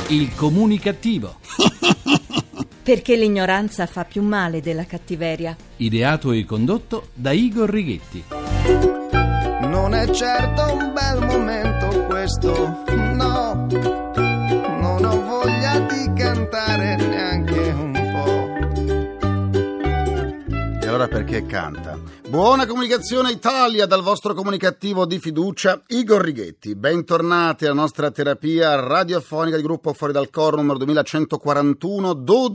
Il comunicativo. Perché l'ignoranza fa più male della cattiveria. Ideato e condotto da Igor Righetti. Non è certo un bel momento questo, no. Non ho voglia di cantare neanche un po'. E allora perché canta? Buona comunicazione Italia dal vostro comunicativo di fiducia Igor Righetti. Bentornati alla nostra terapia radiofonica di gruppo Fuori dal Coro numero 2141,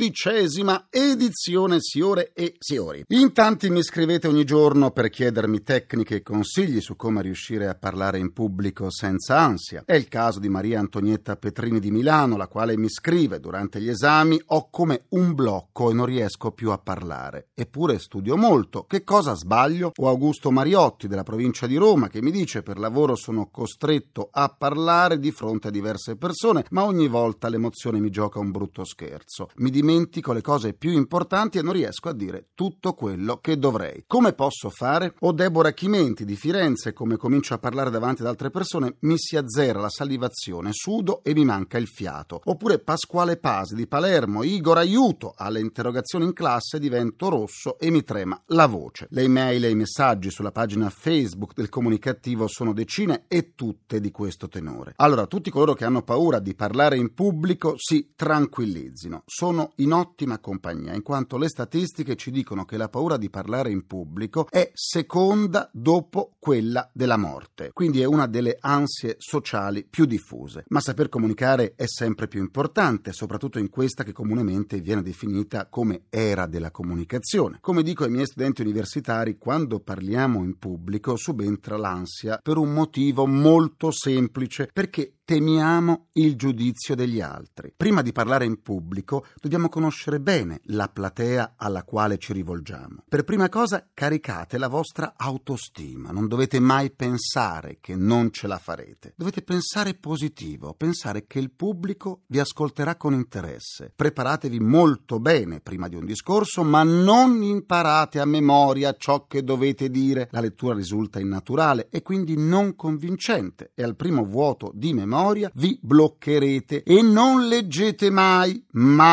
12ª edizione, signore e signori. In tanti mi scrivete ogni giorno per chiedermi tecniche e consigli su come riuscire a parlare in pubblico senza ansia. È il caso di Maria Antonietta Petrini di Milano, la quale mi scrive: durante gli esami ho come un blocco e non riesco più a parlare. Eppure studio molto. Che cosa sbaglio? O Augusto Mariotti della provincia di Roma che mi dice: per lavoro sono costretto a parlare di fronte a diverse persone, ma ogni volta l'emozione mi gioca un brutto scherzo. Mi dimentico le cose più importanti e non riesco a dire tutto quello che dovrei. Come posso fare? O Deborah Chimenti di Firenze: come comincio a parlare davanti ad altre persone mi si azzera la salivazione, sudo e mi manca il fiato. Oppure Pasquale Pasi di Palermo: Igor, aiuto, alle interrogazioni in classe divento rosso e mi trema la voce. Le email e i messaggi sulla pagina Facebook del comunicativo sono decine e tutte di questo tenore. Allora, tutti coloro che hanno paura di parlare in pubblico si tranquillizzino. Sono in ottima compagnia, in quanto le statistiche ci dicono che la paura di parlare in pubblico è seconda dopo quella della morte. Quindi è una delle ansie sociali più diffuse. Ma saper comunicare è sempre più importante, soprattutto in questa che comunemente viene definita come era della comunicazione. Come dico ai miei studenti universitari, quando parliamo in pubblico subentra l'ansia per un motivo molto semplice: perché temiamo il giudizio degli altri. Prima di parlare in pubblico dobbiamo conoscere bene la platea alla quale ci rivolgiamo. Per prima cosa caricate la vostra autostima, non dovete mai pensare che non ce la farete. Dovete pensare positivo, pensare che il pubblico vi ascolterà con interesse. Preparatevi molto bene prima di un discorso, ma non imparate a memoria ciò che dovete dire. La lettura risulta innaturale e quindi non convincente e al primo vuoto di memoria vi bloccherete e non leggete mai.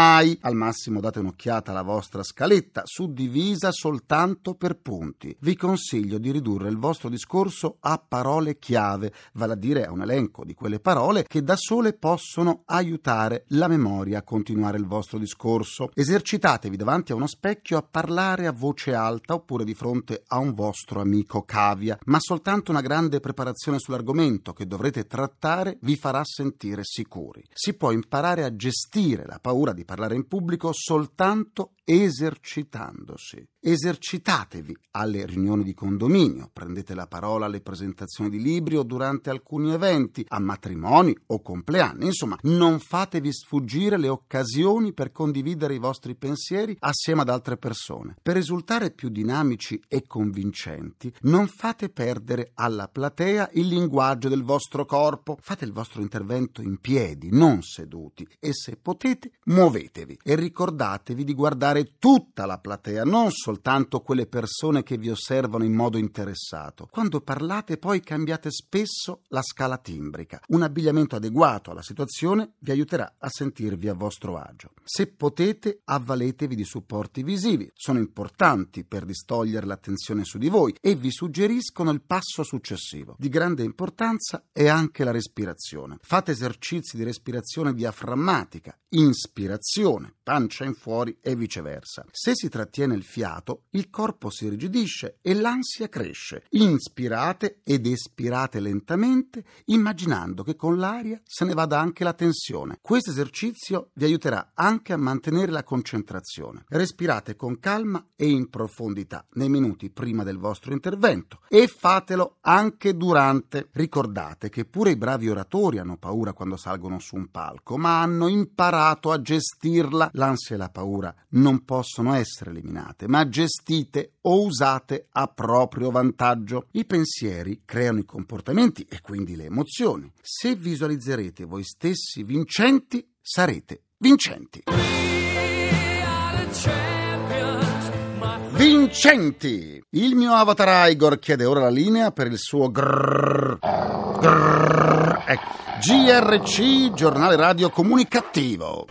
Al massimo date un'occhiata alla vostra scaletta, suddivisa soltanto per punti. Vi consiglio di ridurre il vostro discorso a parole chiave, vale a dire a un elenco di quelle parole che da sole possono aiutare la memoria a continuare il vostro discorso. Esercitatevi davanti a uno specchio a parlare a voce alta oppure di fronte a un vostro amico cavia, ma soltanto una grande preparazione sull'argomento che dovrete trattare vi farà sentire sicuri. Si può imparare a gestire la paura di parlare in pubblico soltanto esercitandosi. Esercitatevi alle riunioni di condominio, prendete la parola alle presentazioni di libri o durante alcuni eventi, a matrimoni o compleanni. Insomma, non fatevi sfuggire le occasioni per condividere i vostri pensieri assieme ad altre persone. Per risultare più dinamici e convincenti, non fate perdere alla platea il linguaggio del vostro corpo. Fate il vostro intervento in piedi, non seduti, e se potete muovetevi e ricordatevi di guardare tutta la platea, non soltanto quelle persone che vi osservano in modo interessato. Quando parlate poi cambiate spesso la scala timbrica. Un abbigliamento adeguato alla situazione vi aiuterà a sentirvi a vostro agio. Se potete, avvaletevi di supporti visivi. Sono importanti per distogliere l'attenzione su di voi e vi suggeriscono il passo successivo. Di grande importanza è anche la respirazione. Fate esercizi di respirazione diaframmatica, inspirazione, pancia in fuori e viceversa. Se si trattiene il fiato, il corpo si irrigidisce e l'ansia cresce. Inspirate ed espirate lentamente, immaginando che con l'aria se ne vada anche la tensione. Questo esercizio vi aiuterà anche a mantenere la concentrazione. Respirate con calma e in profondità nei minuti prima del vostro intervento e fatelo anche durante. Ricordate che pure i bravi oratori hanno paura quando salgono su un palco, ma hanno imparato a gestirla. L'ansia e la paura non possono essere eliminate, ma gestite o usate a proprio vantaggio. I pensieri creano i comportamenti e quindi le emozioni. Se visualizzerete voi stessi vincenti, sarete vincenti. vincenti. Il mio avatar Igor chiede ora la linea per il suo grrr. GRC, giornale radio comunicativo.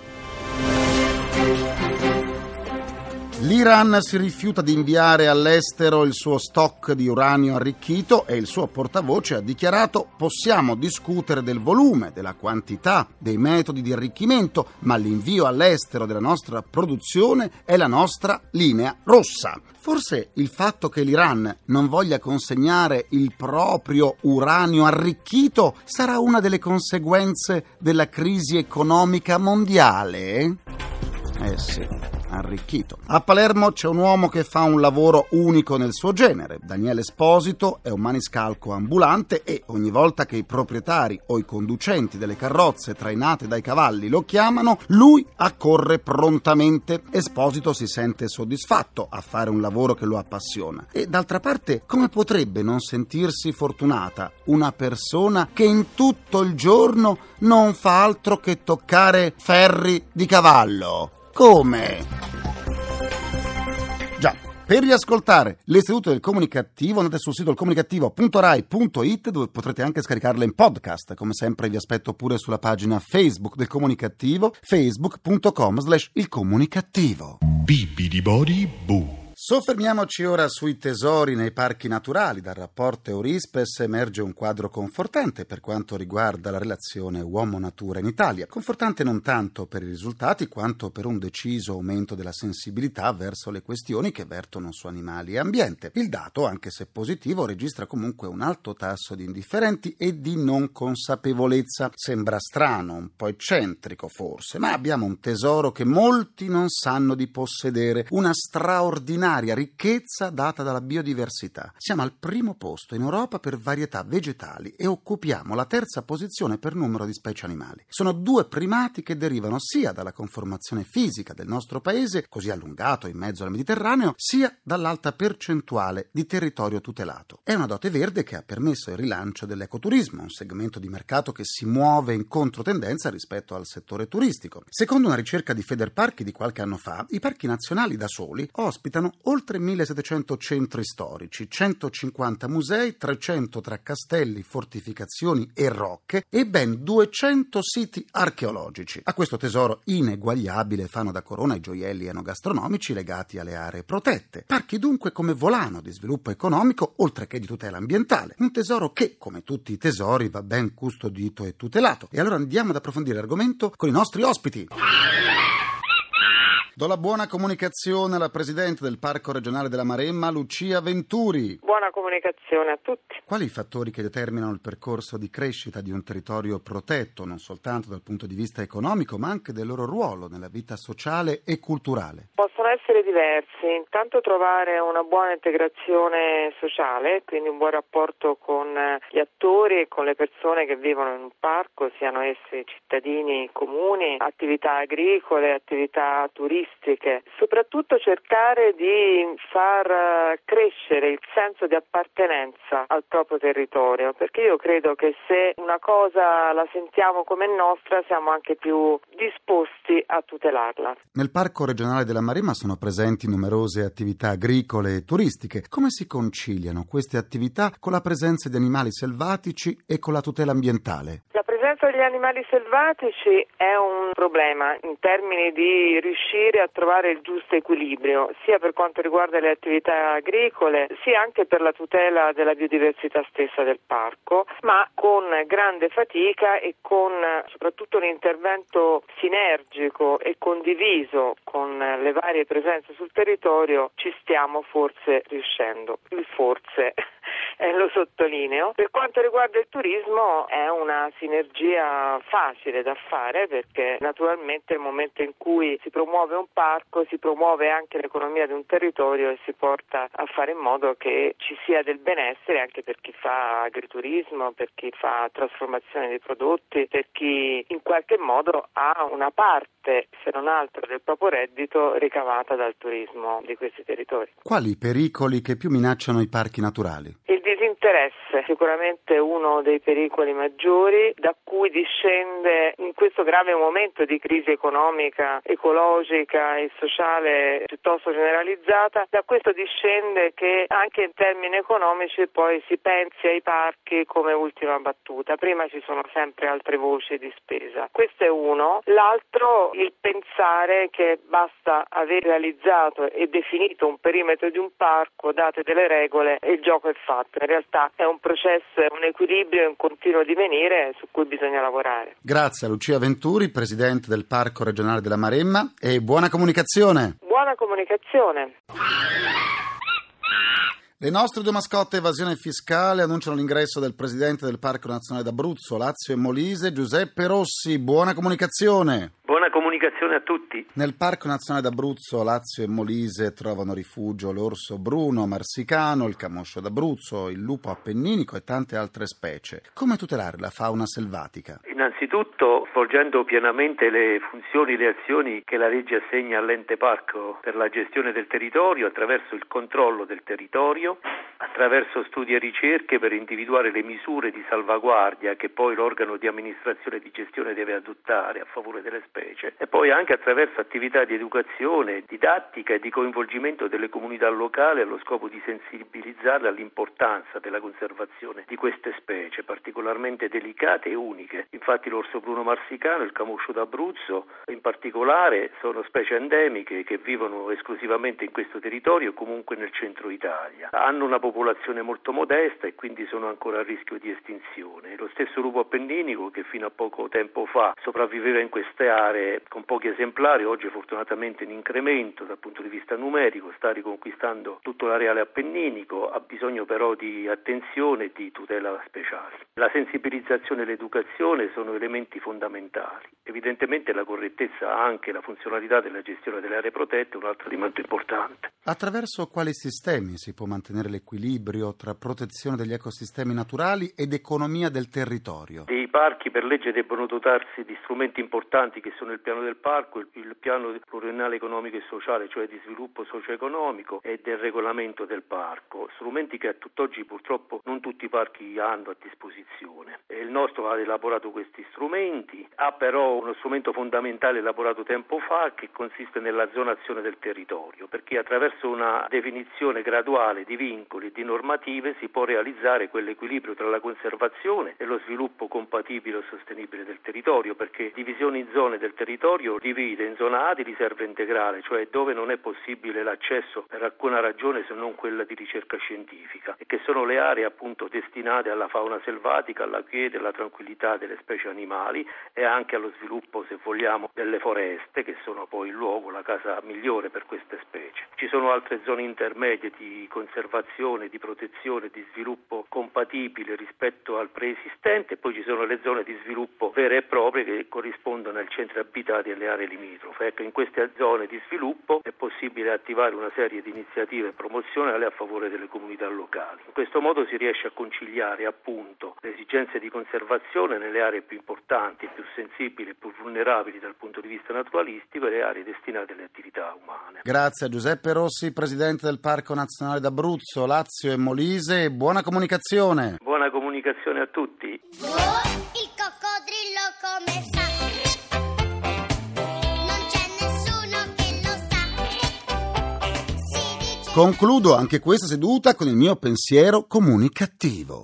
L'Iran si rifiuta di inviare all'estero il suo stock di uranio arricchito e il suo portavoce ha dichiarato: possiamo discutere del volume, della quantità, dei metodi di arricchimento, ma l'invio all'estero della nostra produzione è la nostra linea rossa. Forse il fatto che l'Iran non voglia consegnare il proprio uranio arricchito sarà una delle conseguenze della crisi economica mondiale? Sì, arricchito. A Palermo c'è un uomo che fa un lavoro unico nel suo genere. Daniele Esposito è un maniscalco ambulante e ogni volta che i proprietari o i conducenti delle carrozze trainate dai cavalli lo chiamano, lui accorre prontamente. Esposito si sente soddisfatto a fare un lavoro che lo appassiona. E d'altra parte, come potrebbe non sentirsi fortunata una persona che in tutto il giorno non fa altro che toccare ferri di cavallo? Come? Già, per riascoltare le sedute del Comunicativo andate sul sito ilcomunicativo.rai.it, dove potrete anche scaricarle in podcast. Come sempre vi aspetto pure sulla pagina Facebook del Comunicativo, facebook.com/ilcomunicativo. Bibidi Boo. Soffermiamoci ora sui tesori nei parchi naturali. Dal rapporto Eurispes emerge un quadro confortante per quanto riguarda la relazione uomo-natura in Italia. Confortante non tanto per i risultati quanto per un deciso aumento della sensibilità verso le questioni che vertono su animali e ambiente. Il dato, anche se positivo, registra comunque un alto tasso di indifferenti e di non consapevolezza. Sembra strano, un po' eccentrico forse, ma abbiamo un tesoro che molti non sanno di possedere, una straordinaria ricchezza data dalla biodiversità. Siamo al primo posto in Europa per varietà vegetali e occupiamo la terza posizione per numero di specie animali. Sono due primati che derivano sia dalla conformazione fisica del nostro paese, così allungato in mezzo al Mediterraneo, sia dall'alta percentuale di territorio tutelato. È una dote verde che ha permesso il rilancio dell'ecoturismo, un segmento di mercato che si muove in controtendenza rispetto al settore turistico. Secondo una ricerca di Federparchi di qualche anno fa, i parchi nazionali da soli ospitano oltre 1700 centri storici, 150 musei, 300 tra castelli, fortificazioni e rocche e ben 200 siti archeologici. A questo tesoro ineguagliabile fanno da corona i gioielli enogastronomici legati alle aree protette. Parchi dunque come volano di sviluppo economico oltre che di tutela ambientale. Un tesoro che, come tutti i tesori, va ben custodito e tutelato. E allora andiamo ad approfondire l'argomento con i nostri ospiti. Do la buona comunicazione alla Presidente del Parco Regionale della Maremma, Lucia Venturi. Buona comunicazione a tutti. Quali i fattori che determinano il percorso di crescita di un territorio protetto, non soltanto dal punto di vista economico, ma anche del loro ruolo nella vita sociale e culturale? Possono essere diversi. Intanto trovare una buona integrazione sociale, quindi un buon rapporto con gli attori e con le persone che vivono in un parco, siano essi cittadini comuni, attività agricole, attività turistiche. Soprattutto cercare di far crescere il senso di appartenenza al proprio territorio, perché io credo che se una cosa la sentiamo come nostra siamo anche più disposti a tutelarla. Nel Parco Regionale della Maremma sono presenti numerose attività agricole e turistiche. Come si conciliano queste attività con la presenza di animali selvatici e con la tutela ambientale? La presenza degli animali selvatici è un problema in termini di riuscire a trovare il giusto equilibrio, sia per quanto riguarda le attività agricole, sia anche per la tutela della biodiversità stessa del parco, ma con grande fatica e con soprattutto un intervento sinergico e condiviso con le varie presenze sul territorio ci stiamo forse riuscendo. Il forse lo sottolineo. Per quanto riguarda il turismo è una sinergia facile da fare, perché naturalmente nel momento in cui si promuove un parco si promuove anche l'economia di un territorio e si porta a fare in modo che ci sia del benessere anche per chi fa agriturismo, per chi fa trasformazione dei prodotti, per chi in qualche modo ha una parte, se non altro, del proprio reddito ricavata dal turismo di questi territori. Quali i pericoli che più minacciano i parchi naturali? Il disinteresse L'interesse sicuramente è uno dei pericoli maggiori, da cui discende in questo grave momento di crisi economica, ecologica e sociale piuttosto generalizzata. Da questo discende che anche in termini economici poi si pensi ai parchi come ultima battuta. Prima ci sono sempre altre voci di spesa. Questo è uno. L'altro, il pensare che basta aver realizzato e definito un perimetro di un parco, date delle regole e il gioco è fatto. In realtà è un processo, è un equilibrio in continuo divenire su cui bisogna lavorare. Grazie a Lucia Venturi, Presidente del Parco Regionale della Maremma, e buona comunicazione. Buona comunicazione. Le nostre due mascotte evasione fiscale annunciano l'ingresso del Presidente del Parco Nazionale d'Abruzzo, Lazio e Molise, Giuseppe Rossi. Buona comunicazione. Buona comunicazione a tutti. Nel Parco Nazionale d'Abruzzo, Lazio e Molise trovano rifugio l'orso bruno marsicano, il camoscio d'Abruzzo, il lupo appenninico e tante altre specie. Come tutelare la fauna selvatica? Innanzitutto svolgendo pienamente le funzioni e le azioni che la legge assegna all'ente parco per la gestione del territorio attraverso il controllo del territorio, attraverso studi e ricerche per individuare le misure di salvaguardia che poi l'organo di amministrazione e di gestione deve adottare a favore delle specie, e poi anche attraverso attività di educazione, didattica e di coinvolgimento delle comunità locali allo scopo di sensibilizzarle all'importanza della conservazione di queste specie particolarmente delicate e uniche. Infatti l'orso bruno marsicano e il camoscio d'Abruzzo in particolare sono specie endemiche che vivono esclusivamente in questo territorio e comunque nel centro Italia. Hanno una popolazione molto modesta e quindi sono ancora a rischio di estinzione. Lo stesso lupo appenninico, che fino a poco tempo fa sopravviveva in queste aree con pochi esemplari, oggi fortunatamente in incremento dal punto di vista numerico, sta riconquistando tutto l'areale appenninico, ha bisogno però di attenzione e di tutela speciale. La sensibilizzazione e l'educazione sono elementi fondamentali. Evidentemente la correttezza ha anche la funzionalità della gestione delle aree protette, un altro elemento importante. Attraverso quali sistemi si può mantenere l'equilibrio tra protezione degli ecosistemi naturali ed economia del territorio? I parchi per legge debbono dotarsi di strumenti importanti che sono il piano del parco, il piano pluriennale economico e sociale, cioè di sviluppo socio-economico, e del regolamento del parco, strumenti che a tutt'oggi purtroppo non tutti i parchi hanno a disposizione. Il nostro ha elaborato questi strumenti, ha però uno strumento fondamentale elaborato tempo fa che consiste nella zonazione del territorio, perché attraverso una definizione graduale di vincoli e di normative si può realizzare quell'equilibrio tra la conservazione e lo sviluppo compatibile e sostenibile del territorio, perché divisione in zone del territorio divide in zona A di riserva integrale, cioè dove non è possibile l'accesso per alcuna ragione se non quella di ricerca scientifica, e che sono le aree appunto destinate alla fauna selvatica, alla quiete, alla tranquillità delle specie animali e anche allo sviluppo, se vogliamo, delle foreste, che sono poi il luogo, la casa migliore per queste specie. Ci sono altre zone intermedie di conservazione, di protezione, di sviluppo compatibile rispetto al preesistente, e poi ci sono le zone di sviluppo vere e proprie che corrispondono ai centri abitati e alle aree limitrofe. Ecco, in queste zone di sviluppo è possibile attivare una serie di iniziative promozionali a favore delle comunità locali. In questo modo si riesce a conciliare appunto le esigenze di conservazione nelle aree più importanti, più sensibili e più vulnerabili dal punto di vista naturalistico, e le aree destinate alle attività umane. Grazie a Giuseppe Rossi, Presidente del Parco Nazionale d'Abruzzo, Lazio e Molise. Buona comunicazione. Buona comunicazione a tutti. Il coccodrillo come fa? Non c'è nessuno che lo sa. Concludo anche questa seduta con il mio pensiero comunicativo.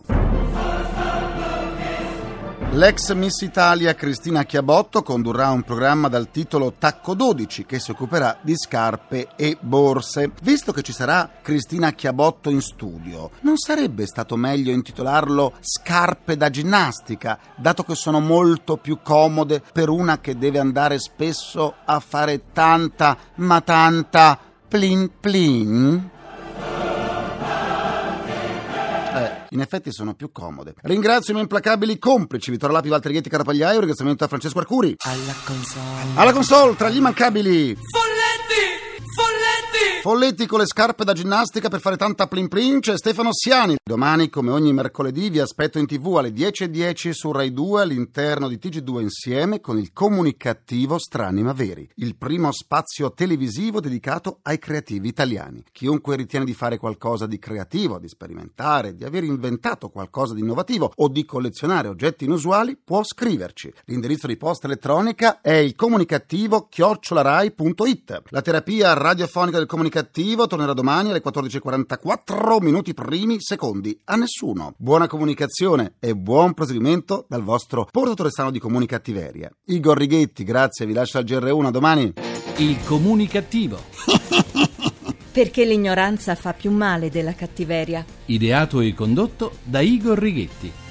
L'ex Miss Italia Cristina Chiabotto condurrà un programma dal titolo Tacco 12 che si occuperà di scarpe e borse. Visto che ci sarà Cristina Chiabotto in studio, non sarebbe stato meglio intitolarlo Scarpe da ginnastica, dato che sono molto più comode per una che deve andare spesso a fare tanta, ma tanta plin plin? In effetti sono più comode. Ringrazio i miei implacabili complici Vittorio Lapi, Walter Ghetti, Carapagliaio. Un ringraziamento a Francesco Arcuri. Alla console, Tra gli immancabili Folletti con le scarpe da ginnastica per fare tanta plin plin, c'è Stefano Siani. Domani, come ogni mercoledì, vi aspetto in TV alle 10:10 su Rai 2 all'interno di TG2 Insieme con il Comunicativo Strani ma Veri, il primo spazio televisivo dedicato ai creativi italiani. Chiunque ritiene di fare qualcosa di creativo, di sperimentare, di aver inventato qualcosa di innovativo o di collezionare oggetti inusuali può scriverci. L'indirizzo di posta elettronica è il comunicativo@rai.it. La terapia radiofonica del comunicativo tornerà domani alle 14:44 minuti primi secondi a nessuno. Buona comunicazione e buon proseguimento dal vostro portatore sano di comunicattiveria. Igor Righetti, grazie, vi lascio al GR1, a domani. Il Comunicativo. Perché l'ignoranza fa più male della cattiveria. Ideato e condotto da Igor Righetti.